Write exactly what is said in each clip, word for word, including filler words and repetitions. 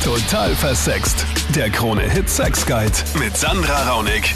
Total versext. Der Krone-Hit Sex Guide mit Sandra Raunig.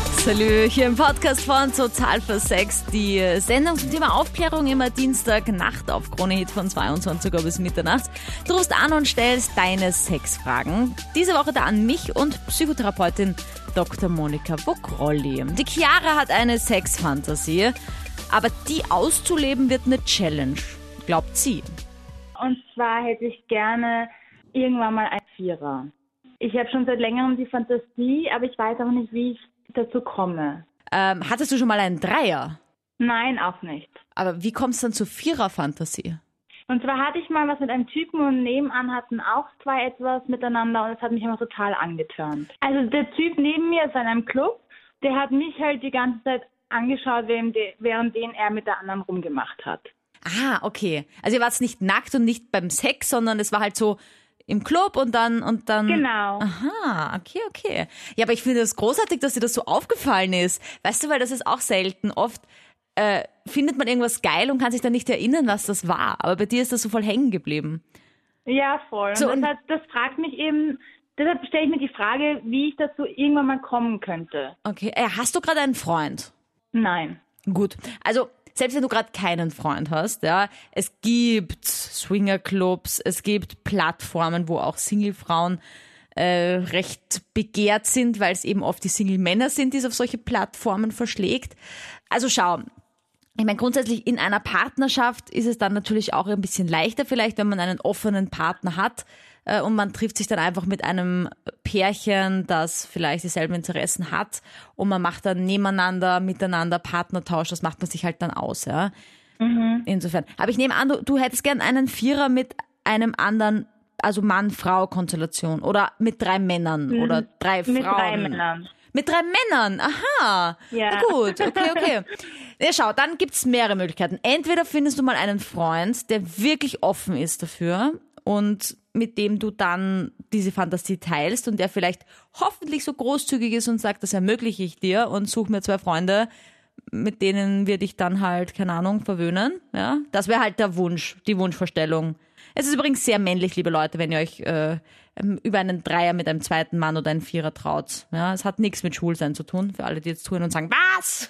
Salü, hier im Podcast von Total versext. Die Sendung zum Thema Aufklärung immer Dienstagnacht auf Krone-Hit von zweiundzwanzig Uhr bis Mitternacht. Du rufst an und stellst deine Sexfragen. Diese Woche da an mich und Psychotherapeutin Doktor Monika Bokrolli. Die Chiara hat eine Sexfantasie, aber die auszuleben wird eine Challenge, glaubt sie. Und zwar hätte ich gerne irgendwann mal ein Vierer. Ich habe schon seit längerem die Fantasie, aber ich weiß auch nicht, wie ich dazu komme. Ähm, hattest du schon mal einen Dreier? Nein, auch nicht. Aber wie kommst du dann zur Vierer-Fantasie? Und zwar hatte ich mal was mit einem Typen und nebenan hatten auch zwei etwas miteinander und es hat mich immer total angetörnt. Also der Typ neben mir ist in einem Club, der hat mich halt die ganze Zeit angeschaut, während den er mit der anderen rumgemacht hat. Ah, okay. Also ihr wart nicht nackt und nicht beim Sex, sondern es war halt so im Club und dann und dann. Genau. Aha, okay, okay. Ja, aber ich finde das großartig, dass dir das so aufgefallen ist. Weißt du, weil das ist auch selten. Oft äh, findet man irgendwas geil und kann sich dann nicht erinnern, was das war. Aber bei dir ist das so voll hängen geblieben. Ja, voll. Und so, das, hat, das fragt mich eben, deshalb stelle ich mir die Frage, wie ich dazu irgendwann mal kommen könnte. Okay. Äh, hast du gerade einen Freund? Nein. Gut. Also selbst wenn du gerade keinen Freund hast, ja, es gibt Swingerclubs, es gibt Plattformen, wo auch Singlefrauen äh, recht begehrt sind, weil es eben oft die Single-Männer sind, die es auf solche Plattformen verschlägt. Also schau, ich meine, grundsätzlich in einer Partnerschaft ist es dann natürlich auch ein bisschen leichter vielleicht, wenn man einen offenen Partner hat äh, und man trifft sich dann einfach mit einem Pärchen, das vielleicht dieselben Interessen hat und man macht dann nebeneinander, miteinander Partnertausch, das macht man sich halt dann aus, ja. Mhm. Insofern. Aber ich nehme an, du, du hättest gern einen Vierer mit einem anderen, also Mann-Frau-Konstellation oder mit drei Männern mhm. oder drei Frauen. Mit drei Männern. Mit drei Männern, aha. Ja. Na gut, okay, okay. Ja, schau, dann gibt's mehrere Möglichkeiten. Entweder findest du mal einen Freund, der wirklich offen ist dafür und mit dem du dann diese Fantasie teilst und der vielleicht hoffentlich so großzügig ist und sagt, das ermögliche ich dir und such mir zwei Freunde, mit denen wir dich dann halt, keine Ahnung, verwöhnen. Ja, das wäre halt der Wunsch, die Wunschvorstellung. Es ist übrigens sehr männlich, liebe Leute, wenn ihr euch äh, über einen Dreier mit einem zweiten Mann oder einen Vierer traut. Ja, es hat nichts mit Schwulsein zu tun, für alle, die jetzt zuhören und sagen, was?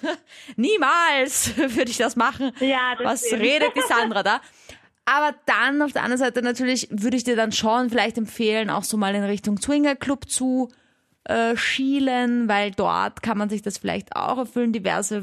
Niemals würde ich das machen. Ja, das was stimmt. redet die Sandra da? Aber dann auf der anderen Seite natürlich würde ich dir dann schon vielleicht empfehlen, auch so mal in Richtung Swingerclub zu äh, schielen, weil dort kann man sich das vielleicht auch erfüllen, diverse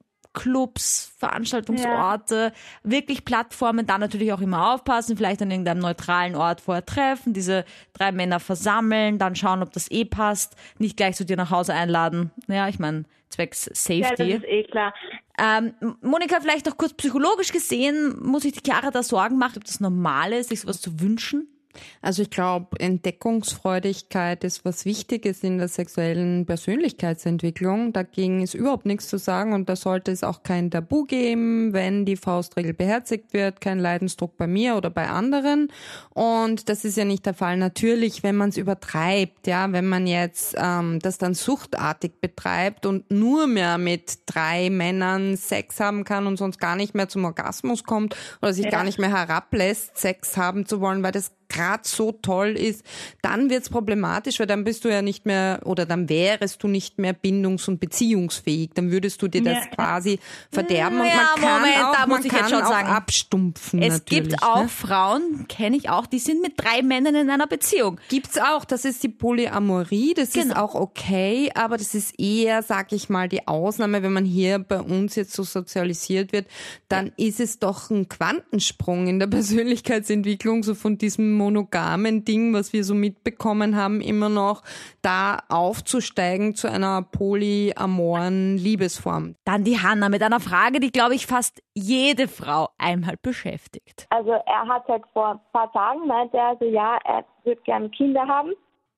Clubs, Veranstaltungsorte, ja. Wirklich Plattformen, da natürlich auch immer aufpassen, vielleicht an irgendeinem neutralen Ort vorher treffen, diese drei Männer versammeln, dann schauen, ob das eh passt, nicht gleich zu dir nach Hause einladen. Ja, ich meine, zwecks Safety. Ja, das ist eh klar. Ähm, Monika, vielleicht noch kurz psychologisch gesehen, muss sich die Chiara da Sorgen machen, ob das normal ist, sich sowas zu wünschen? Also ich glaube, Entdeckungsfreudigkeit ist was Wichtiges in der sexuellen Persönlichkeitsentwicklung. Dagegen ist überhaupt nichts zu sagen und da sollte es auch kein Tabu geben, wenn die Faustregel beherzigt wird, kein Leidensdruck bei mir oder bei anderen. Und das ist ja nicht der Fall. Natürlich, wenn man es übertreibt, ja, wenn man jetzt ähm, das dann suchtartig betreibt und nur mehr mit drei Männern Sex haben kann und sonst gar nicht mehr zum Orgasmus kommt oder sich ja. gar nicht mehr herablässt, Sex haben zu wollen, weil das gerade so toll ist, dann wird's problematisch, weil dann bist du ja nicht mehr, oder dann wärest du nicht mehr bindungs- und beziehungsfähig. Dann würdest du dir das ja. quasi verderben und Ja, man kann Moment, auch, da muss man ich kann jetzt schon auch sagen, abstumpfen. Es natürlich, gibt auch ne? Frauen, kenne ich auch, die sind mit drei Männern in einer Beziehung. Gibt's auch, das ist die Polyamorie, das Genau. ist auch okay, aber das ist eher, sag ich mal, die Ausnahme, wenn man hier bei uns jetzt so sozialisiert wird, dann ja. ist es doch ein Quantensprung in der Persönlichkeitsentwicklung, so von diesem monogamen Ding, was wir so mitbekommen haben, immer noch da aufzusteigen zu einer polyamoren Liebesform. Dann die Hanna mit einer Frage, die, glaube ich, fast jede Frau einmal beschäftigt. Also er hat halt vor ein paar Tagen meinte er, also ja, er würde gerne Kinder haben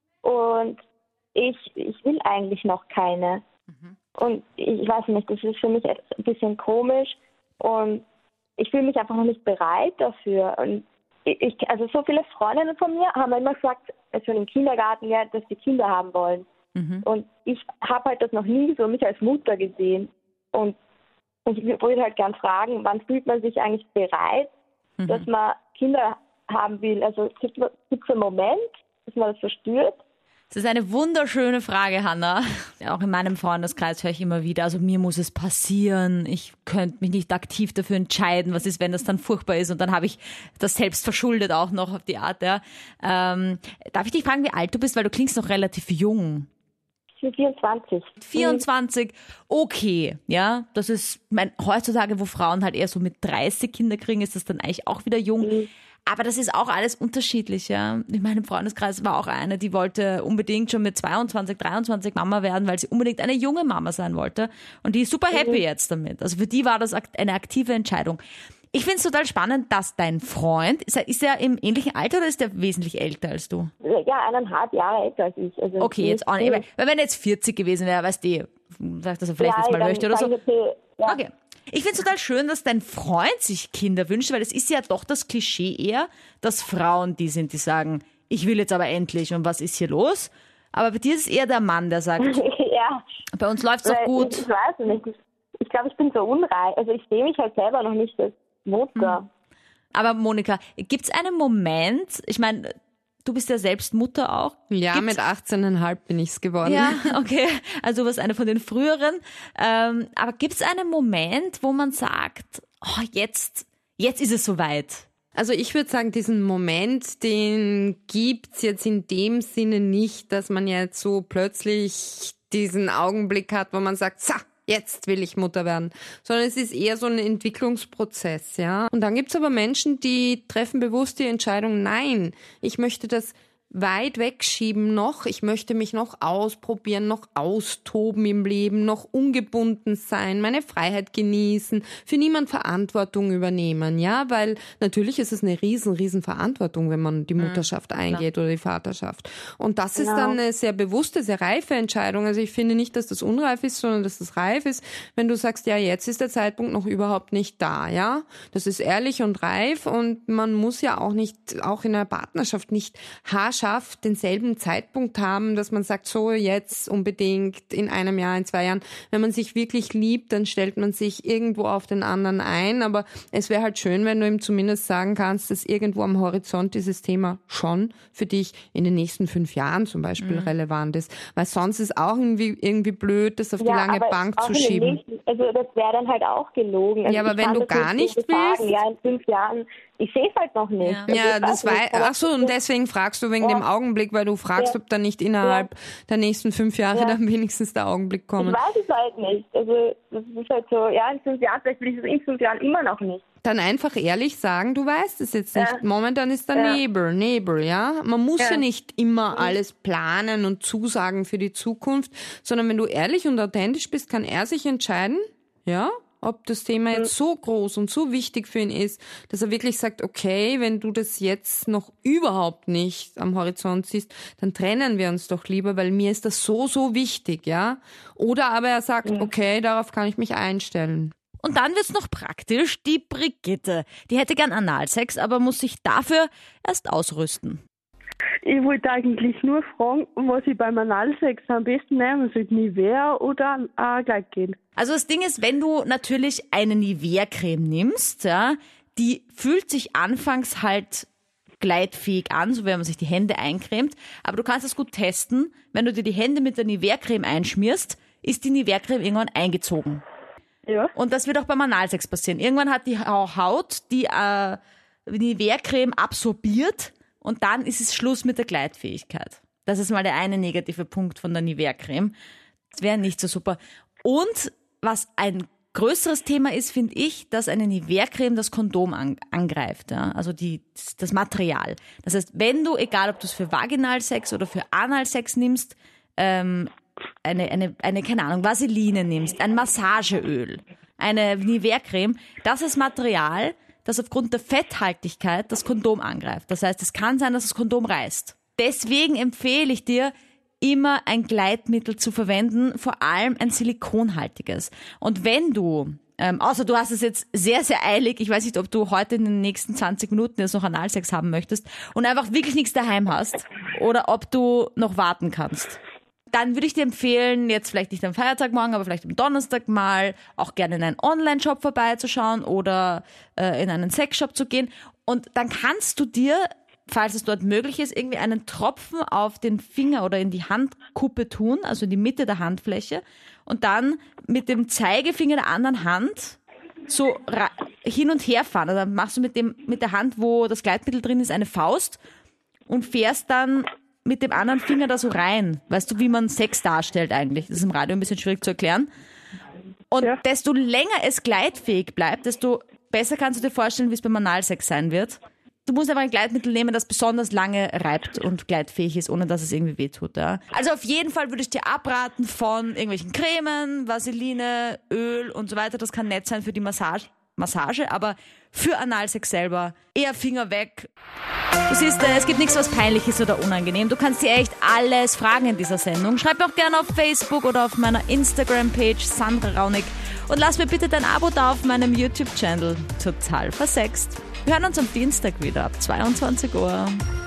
und ich, ich will eigentlich noch keine. Mhm. Und ich weiß nicht, das ist für mich ein bisschen komisch und ich fühle mich einfach noch nicht bereit dafür. Und ich, also so viele Freundinnen von mir haben immer gesagt, schon im Kindergarten, ja, dass sie Kinder haben wollen. Mhm. Und ich habe halt das noch nie so mich als Mutter gesehen. Und ich würde halt gern fragen, wann fühlt man sich eigentlich bereit, mhm. dass man Kinder haben will? Also gibt es einen Moment, dass man das verspürt? Das ist eine wunderschöne Frage, Hanna. Auch in meinem Freundeskreis höre ich immer wieder, also mir muss es passieren, ich könnte mich nicht aktiv dafür entscheiden, was ist, wenn das dann furchtbar ist und dann habe ich das selbst verschuldet auch noch auf die Art. Ja. Ähm, darf ich dich fragen, wie alt du bist, weil du klingst noch relativ jung. Ich bin vierundzwanzig. vierundzwanzig, okay, ja, das ist, mein, heutzutage, wo Frauen halt eher so mit dreißig Kinder kriegen, ist das dann eigentlich auch wieder jung. Mhm. Aber das ist auch alles unterschiedlich, ja. In meinem Freundeskreis war auch eine, die wollte unbedingt schon mit zweiundzwanzig, dreiundzwanzig Mama werden, weil sie unbedingt eine junge Mama sein wollte. Und die ist super happy jetzt damit. Also für die war das eine aktive Entscheidung. Ich finde es total spannend, dass dein Freund, ist er, ist er im ähnlichen Alter oder ist er wesentlich älter als du? Ja, eineinhalb Jahre älter als ich. Also okay, jetzt auch nicht. Weil wenn er jetzt vierzig gewesen wäre, weißt du, sagt, dass er vielleicht ja, jetzt mal möchte oder so. Okay. Ja. Okay. Ich finde es total schön, dass dein Freund sich Kinder wünscht, weil es ist ja doch das Klischee eher, dass Frauen die sind, die sagen, ich will jetzt aber endlich und was ist hier los? Aber bei dir ist es eher der Mann, der sagt, ja. Bei uns läuft es doch gut. Ich, ich weiß nicht. Ich, ich glaube, ich bin so unreif. Also ich sehe mich halt selber noch nicht als Mutter. Hm. Aber Monika, gibt es einen Moment, ich meine, du bist ja selbst Mutter auch. Ja, Gibt's? mit achtzehn Komma fünf bin ich's geworden. Ja, okay. Also du warst eine von den früheren. Ähm, aber gibt es einen Moment, wo man sagt, oh, jetzt, jetzt ist es soweit? Also ich würde sagen, diesen Moment, den gibt's jetzt in dem Sinne nicht, dass man jetzt so plötzlich diesen Augenblick hat, wo man sagt, so, jetzt will ich Mutter werden, sondern es ist eher so ein Entwicklungsprozess, ja. Und dann gibt's aber Menschen, die treffen bewusst die Entscheidung, nein, ich möchte das weit wegschieben noch, ich möchte mich noch ausprobieren, noch austoben im Leben, noch ungebunden sein, meine Freiheit genießen, für niemand Verantwortung übernehmen, ja, weil natürlich ist es eine riesen, riesen Verantwortung, wenn man die Mutterschaft mhm, eingeht oder die Vaterschaft. Und das genau. ist dann eine sehr bewusste, sehr reife Entscheidung. Also ich finde nicht, dass das unreif ist, sondern dass das reif ist, wenn du sagst, ja, jetzt ist der Zeitpunkt noch überhaupt nicht da, ja. Das ist ehrlich und reif und man muss ja auch nicht, auch in einer Partnerschaft nicht haarscharf denselben Zeitpunkt haben, dass man sagt, so jetzt unbedingt in einem Jahr, in zwei Jahren. Wenn man sich wirklich liebt, dann stellt man sich irgendwo auf den anderen ein. Aber es wäre halt schön, wenn du ihm zumindest sagen kannst, dass irgendwo am Horizont dieses Thema schon für dich in den nächsten fünf Jahren zum Beispiel mhm. relevant ist. Weil sonst ist auch irgendwie, irgendwie blöd, das auf die ja, lange Bank zu schieben. Nächsten, also das wäre dann halt auch gelogen. Also ja, aber wenn du gar nicht willst... Sagen, ja, in fünf Jahren... Ich sehe es halt noch nicht. Ja, also ja das war. Ach so, und deswegen fragst du wegen ja. dem Augenblick, weil du fragst, ja. ob dann nicht innerhalb ja. der nächsten fünf Jahre ja. dann wenigstens der Augenblick kommt. Ich weiß es halt nicht. Also das ist halt so, ja, in fünf Jahren, vielleicht will ich es in fünf Jahren immer noch nicht. Dann einfach ehrlich sagen, du weißt es jetzt nicht. Ja. Momentan ist der ja. Nebel, Nebel, ja. Man muss ja. ja nicht immer alles planen und zusagen für die Zukunft, sondern wenn du ehrlich und authentisch bist, kann er sich entscheiden, ja, ob das Thema jetzt so groß und so wichtig für ihn ist, dass er wirklich sagt, okay, wenn du das jetzt noch überhaupt nicht am Horizont siehst, dann trennen wir uns doch lieber, weil mir ist das so, so wichtig, ja. Oder aber er sagt, okay, darauf kann ich mich einstellen. Und dann wird's noch praktisch, die Brigitte. Die hätte gern Analsex, aber muss sich dafür erst ausrüsten. Ich wollte eigentlich nur fragen, was ich beim Analsex am besten nehmen soll, Nivea oder äh, Gleitgel. Also das Ding ist, wenn du natürlich eine Nivea-Creme nimmst, ja, die fühlt sich anfangs halt gleitfähig an, so wenn man sich die Hände eincremt, aber du kannst das gut testen. Wenn du dir die Hände mit der Nivea-Creme einschmierst, ist die Nivea-Creme irgendwann eingezogen. Ja. Und das wird auch beim Analsex passieren. Irgendwann hat die Haut die äh, Nivea-Creme absorbiert und dann ist es Schluss mit der Gleitfähigkeit. Das ist mal der eine negative Punkt von der Nivea-Creme. Das wäre nicht so super. Und was ein größeres Thema ist, finde ich, dass eine Nivea-Creme das Kondom an, angreift, ja? Also die, das Material. Das heißt, wenn du, egal ob du es für Vaginalsex oder für Analsex nimmst, ähm, eine, eine, eine, keine Ahnung, Vaseline nimmst, ein Massageöl, eine Nivea-Creme, das ist Material, das aufgrund der Fetthaltigkeit das Kondom angreift. Das heißt, es kann sein, dass das Kondom reißt. Deswegen empfehle ich dir, immer ein Gleitmittel zu verwenden, vor allem ein silikonhaltiges. Und wenn du, ähm, außer du hast es jetzt sehr, sehr eilig, ich weiß nicht, ob du heute in den nächsten zwanzig Minuten jetzt noch Analsex haben möchtest und einfach wirklich nichts daheim hast oder ob du noch warten kannst. Dann würde ich dir empfehlen, jetzt vielleicht nicht am Feiertag morgen, aber vielleicht am Donnerstag mal auch gerne in einen Online-Shop vorbeizuschauen oder äh, in einen Sexshop zu gehen. Und dann kannst du dir falls es dort möglich ist, irgendwie einen Tropfen auf den Finger oder in die Handkuppe tun, also in die Mitte der Handfläche, und dann mit dem Zeigefinger der anderen Hand so hin und her fahren. Also dann machst du mit dem mit der Hand, wo das Gleitmittel drin ist, eine Faust und fährst dann mit dem anderen Finger da so rein. Weißt du, wie man Sex darstellt eigentlich? Das ist im Radio ein bisschen schwierig zu erklären. Und ja. desto länger es gleitfähig bleibt, desto besser kannst du dir vorstellen, wie es beim Analsex sein wird. Du musst einfach ein Gleitmittel nehmen, das besonders lange reibt und gleitfähig ist, ohne dass es irgendwie wehtut. Ja? Also auf jeden Fall würde ich dir abraten von irgendwelchen Cremen, Vaseline, Öl und so weiter. Das kann nett sein für die Massage, Massage, aber für Analsex selber eher Finger weg. Du siehst, es gibt nichts, was peinlich ist oder unangenehm. Du kannst dir echt alles fragen in dieser Sendung. Schreib mir auch gerne auf Facebook oder auf meiner Instagram-Page Sandra Raunig und lass mir bitte dein Abo da auf meinem YouTube-Channel. Total versext. Wir hören uns am Dienstag wieder ab zweiundzwanzig Uhr.